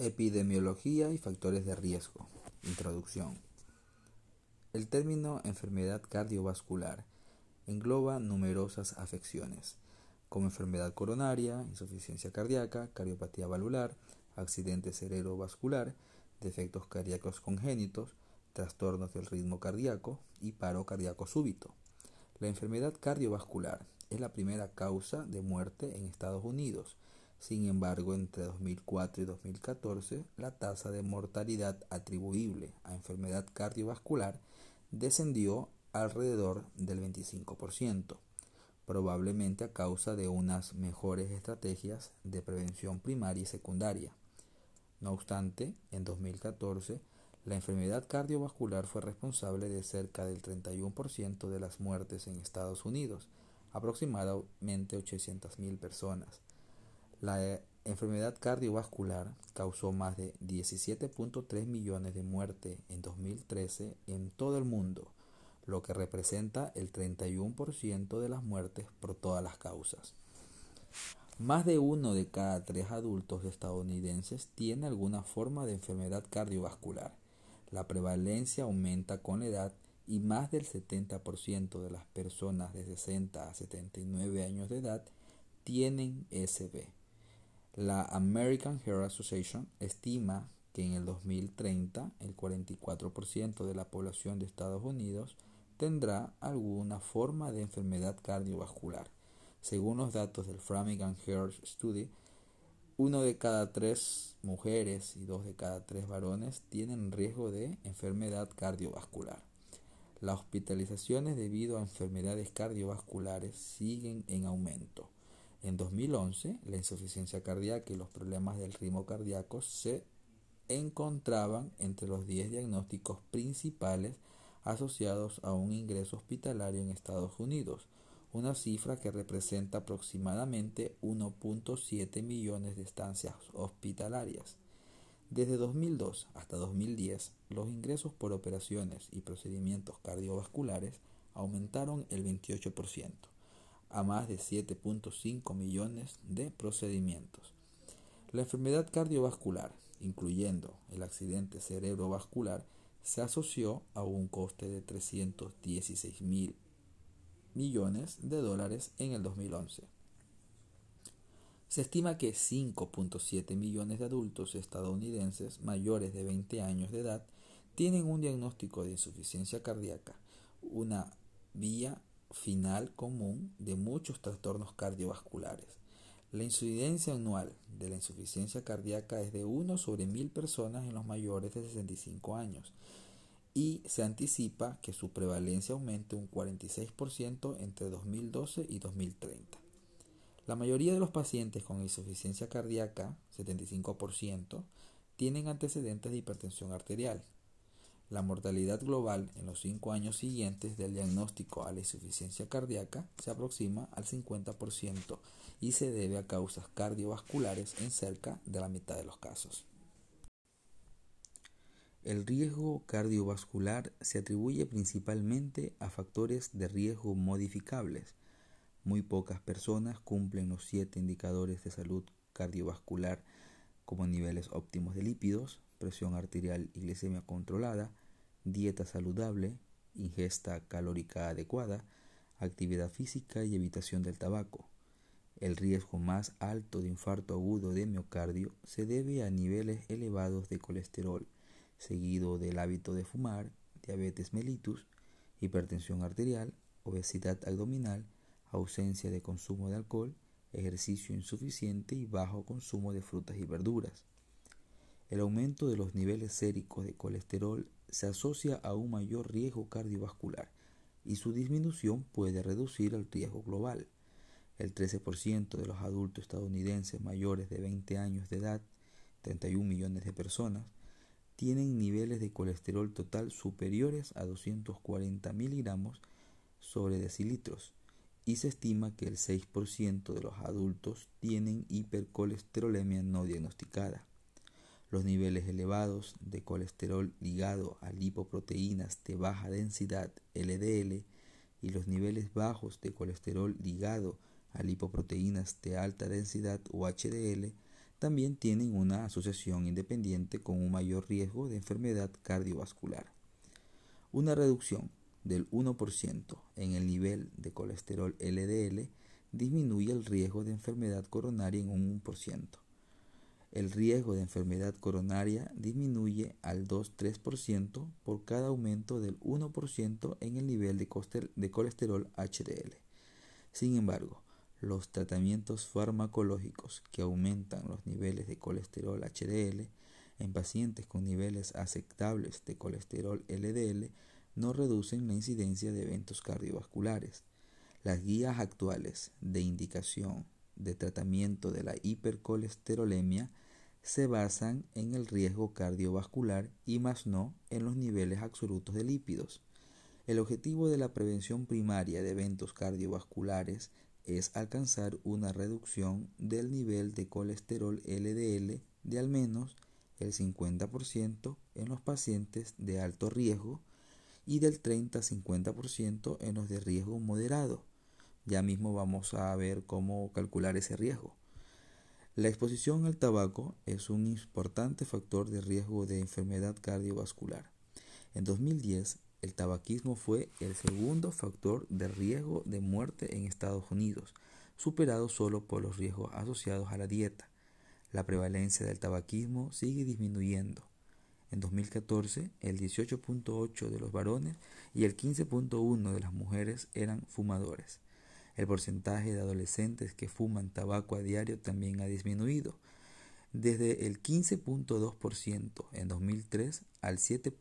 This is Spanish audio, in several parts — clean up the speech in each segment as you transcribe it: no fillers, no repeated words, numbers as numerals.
Epidemiología y factores de riesgo. Introducción. El término enfermedad cardiovascular engloba numerosas afecciones, como enfermedad coronaria, insuficiencia cardíaca, cardiopatía valvular, accidente cerebrovascular, defectos cardíacos congénitos, trastornos del ritmo cardíaco y paro cardíaco súbito. La enfermedad cardiovascular es la primera causa de muerte en Estados Unidos. Sin embargo, entre 2004 y 2014, la tasa de mortalidad atribuible a enfermedad cardiovascular descendió alrededor del 25%, probablemente a causa de unas mejores estrategias de prevención primaria y secundaria. No obstante, en 2014, la enfermedad cardiovascular fue responsable de cerca del 31% de las muertes en Estados Unidos, aproximadamente 800.000 personas. La enfermedad cardiovascular causó más de 17.3 millones de muertes en 2013 en todo el mundo, lo que representa el 31% de las muertes por todas las causas. Más de 1 de cada 3 adultos estadounidenses tiene alguna forma de enfermedad cardiovascular. La prevalencia aumenta con la edad y más del 70% de las personas de 60 a 79 años de edad tienen SB. La American Heart Association estima que en el 2030 el 44% de la población de Estados Unidos tendrá alguna forma de enfermedad cardiovascular. Según los datos del Framingham Heart Study, 1 de cada 3 mujeres y 2 de cada 3 varones tienen riesgo de enfermedad cardiovascular. Las hospitalizaciones debido a enfermedades cardiovasculares siguen en aumento. En 2011, la insuficiencia cardíaca y los problemas del ritmo cardíaco se encontraban entre los 10 diagnósticos principales asociados a un ingreso hospitalario en Estados Unidos, una cifra que representa aproximadamente 1.7 millones de estancias hospitalarias. Desde 2002 hasta 2010, los ingresos por operaciones y procedimientos cardiovasculares aumentaron el 28%, a más de 7.5 millones de procedimientos. La enfermedad cardiovascular, incluyendo el accidente cerebrovascular, se asoció a un coste de 316.000 millones de dólares en el 2011. Se estima que 5.7 millones de adultos estadounidenses mayores de 20 años de edad tienen un diagnóstico de insuficiencia cardíaca, una vía final común de muchos trastornos cardiovasculares. La incidencia anual de la insuficiencia cardíaca es de 1 sobre 1000 personas en los mayores de 65 años y se anticipa que su prevalencia aumente un 46% entre 2012 y 2030. La mayoría de los pacientes con insuficiencia cardíaca, 75%, tienen antecedentes de hipertensión arterial. La mortalidad global en los 5 años siguientes del diagnóstico a la insuficiencia cardíaca se aproxima al 50% y se debe a causas cardiovasculares en cerca de la mitad de los casos. El riesgo cardiovascular se atribuye principalmente a factores de riesgo modificables. Muy pocas personas cumplen los 7 indicadores de salud cardiovascular como niveles óptimos de lípidos, presión arterial y glicemia controlada, dieta saludable, ingesta calórica adecuada, actividad física y evitación del tabaco. El riesgo más alto de infarto agudo de miocardio se debe a niveles elevados de colesterol, seguido del hábito de fumar, diabetes mellitus, hipertensión arterial, obesidad abdominal, ausencia de consumo de alcohol, ejercicio insuficiente y bajo consumo de frutas y verduras. El aumento de los niveles séricos de colesterol se asocia a un mayor riesgo cardiovascular y su disminución puede reducir el riesgo global. El 13% de los adultos estadounidenses mayores de 20 años de edad, 31 millones de personas, tienen niveles de colesterol total superiores a 240 miligramos sobre decilitros y se estima que el 6% de los adultos tienen hipercolesterolemia no diagnosticada. Los niveles elevados de colesterol ligado a lipoproteínas de baja densidad LDL y los niveles bajos de colesterol ligado a lipoproteínas de alta densidad o HDL también tienen una asociación independiente con un mayor riesgo de enfermedad cardiovascular. Una reducción del 1% en el nivel de colesterol LDL disminuye el riesgo de enfermedad coronaria en un 1%. El riesgo de enfermedad coronaria disminuye al 2-3% por cada aumento del 1% en el nivel de colesterol HDL. Sin embargo, los tratamientos farmacológicos que aumentan los niveles de colesterol HDL en pacientes con niveles aceptables de colesterol LDL no reducen la incidencia de eventos cardiovasculares. Las guías actuales de indicación de tratamiento de la hipercolesterolemia se basan en el riesgo cardiovascular y más no en los niveles absolutos de lípidos. El objetivo de la prevención primaria de eventos cardiovasculares es alcanzar una reducción del nivel de colesterol LDL de al menos el 50% en los pacientes de alto riesgo y del 30-50% en los de riesgo moderado. Ya mismo vamos a ver cómo calcular ese riesgo. La exposición al tabaco es un importante factor de riesgo de enfermedad cardiovascular. En 2010, el tabaquismo fue el segundo factor de riesgo de muerte en Estados Unidos, superado solo por los riesgos asociados a la dieta. La prevalencia del tabaquismo sigue disminuyendo. En 2014, el 18.8% de los varones y el 15.1% de las mujeres eran fumadores. El porcentaje de adolescentes que fuman tabaco a diario también ha disminuido, desde el 15.2% en 2003 al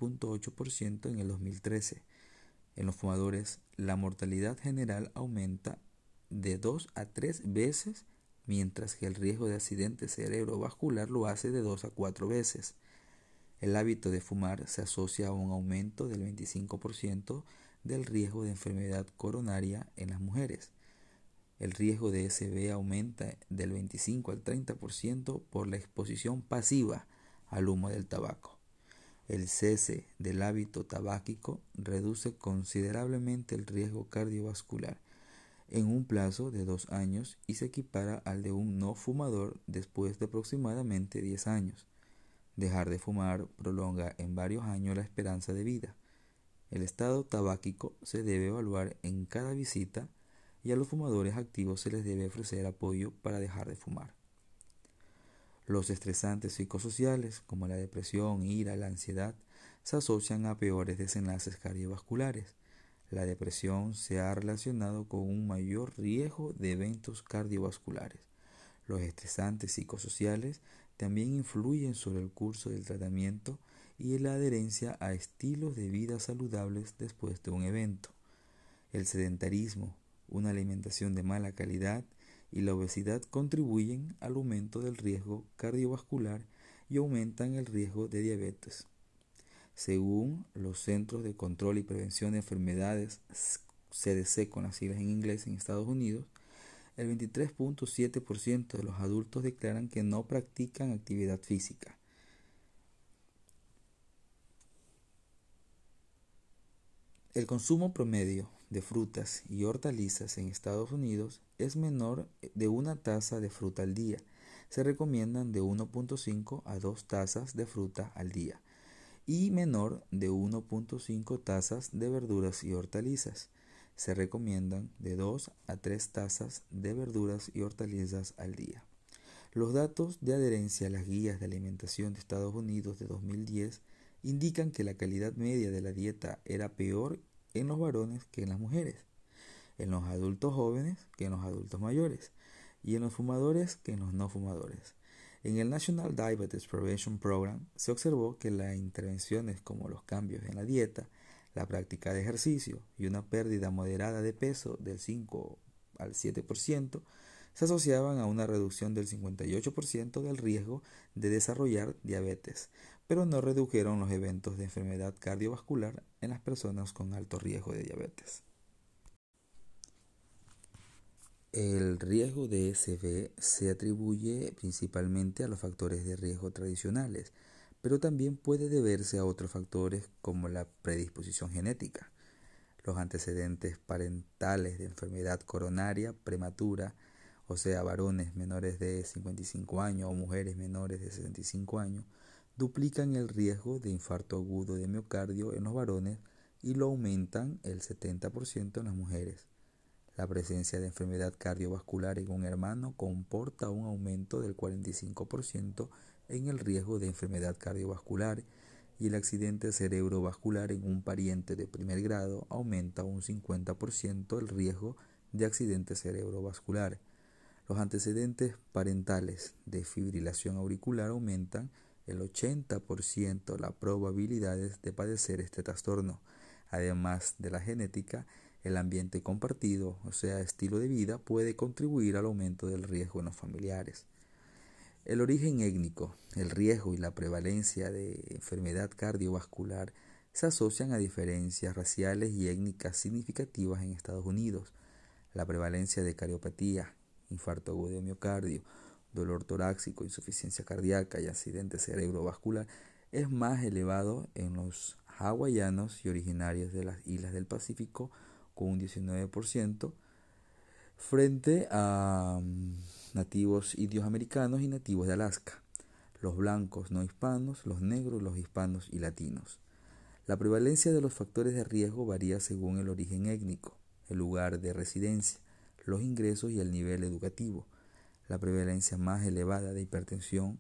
7.8% en el 2013. En los fumadores, la mortalidad general aumenta de 2 a 3 veces, mientras que el riesgo de accidente cerebrovascular lo hace de 2 a 4 veces. El hábito de fumar se asocia a un aumento del 25% del riesgo de enfermedad coronaria en las mujeres. El riesgo de SB aumenta del 25 al 30% por la exposición pasiva al humo del tabaco. El cese del hábito tabáquico reduce considerablemente el riesgo cardiovascular en un plazo de 2 años y se equipara al de un no fumador después de aproximadamente 10 años. Dejar de fumar prolonga en varios años la esperanza de vida. El estado tabáquico se debe evaluar en cada visita y a los fumadores activos se les debe ofrecer apoyo para dejar de fumar. Los estresantes psicosociales, como la depresión, ira, la ansiedad, se asocian a peores desenlaces cardiovasculares. La depresión se ha relacionado con un mayor riesgo de eventos cardiovasculares. Los estresantes psicosociales también influyen sobre el curso del tratamiento y la adherencia a estilos de vida saludables después de un evento. El sedentarismo, una alimentación de mala calidad y la obesidad contribuyen al aumento del riesgo cardiovascular y aumentan el riesgo de diabetes. Según los Centros de Control y Prevención de Enfermedades, CDC con las siglas en inglés en Estados Unidos, el 23.7% de los adultos declaran que no practican actividad física. El consumo promedio de frutas y hortalizas en Estados Unidos es menor de una taza de fruta al día. Se recomiendan de 1.5 a 2 tazas de fruta al día y menor de 1.5 tazas de verduras y hortalizas. Se recomiendan de 2 a 3 tazas de verduras y hortalizas al día. Los datos de adherencia a las guías de alimentación de Estados Unidos de 2010 indican que la calidad media de la dieta era peor en los varones que en las mujeres, en los adultos jóvenes que en los adultos mayores y en los fumadores que en los no fumadores. En el National Diabetes Prevention Program se observó que las intervenciones como los cambios en la dieta, la práctica de ejercicio y una pérdida moderada de peso del 5 al 7% se asociaban a una reducción del 58% del riesgo de desarrollar diabetes, pero no redujeron los eventos de enfermedad cardiovascular en las personas con alto riesgo de diabetes. El riesgo de SB se atribuye principalmente a los factores de riesgo tradicionales, pero también puede deberse a otros factores como la predisposición genética, los antecedentes parentales de enfermedad coronaria prematura o sea, varones menores de 55 años o mujeres menores de 65 años, duplican el riesgo de infarto agudo de miocardio en los varones y lo aumentan el 70% en las mujeres. La presencia de enfermedad cardiovascular en un hermano comporta un aumento del 45% en el riesgo de enfermedad cardiovascular y el accidente cerebrovascular en un pariente de primer grado aumenta un 50% el riesgo de accidente cerebrovascular. Los antecedentes parentales de fibrilación auricular aumentan el 80% las probabilidades de padecer este trastorno. Además de la genética, el ambiente compartido, o sea, estilo de vida, puede contribuir al aumento del riesgo en los familiares. El origen étnico, el riesgo y la prevalencia de enfermedad cardiovascular se asocian a diferencias raciales y étnicas significativas en Estados Unidos. La prevalencia de cardiopatía, infarto agudo de miocardio, dolor torácico, insuficiencia cardíaca y accidente cerebrovascular es más elevado en los hawaianos y originarios de las islas del Pacífico con un 19% frente a nativos indios americanos y nativos de Alaska, los blancos no hispanos, los negros, los hispanos y latinos. La prevalencia de los factores de riesgo varía según el origen étnico, el lugar de residencia, los ingresos y el nivel educativo. La prevalencia más elevada de hipertensión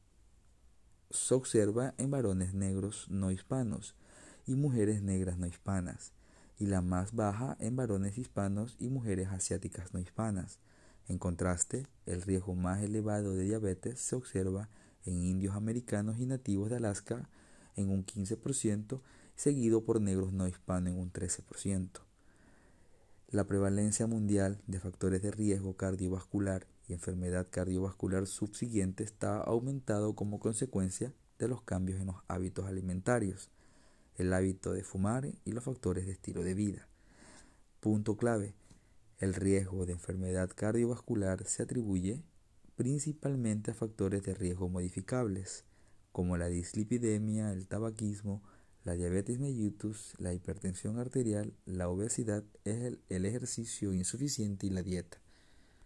se observa en varones negros no hispanos y mujeres negras no hispanas, y la más baja en varones hispanos y mujeres asiáticas no hispanas. En contraste, el riesgo más elevado de diabetes se observa en indios americanos y nativos de Alaska en un 15%, seguido por negros no hispanos en un 13%. La prevalencia mundial de factores de riesgo cardiovascular y enfermedad cardiovascular subsiguiente está aumentado como consecuencia de los cambios en los hábitos alimentarios, el hábito de fumar y los factores de estilo de vida. Punto clave: el riesgo de enfermedad cardiovascular se atribuye principalmente a factores de riesgo modificables, como la dislipidemia, el tabaquismo, la diabetes mellitus, la hipertensión arterial, la obesidad, el ejercicio insuficiente y la dieta.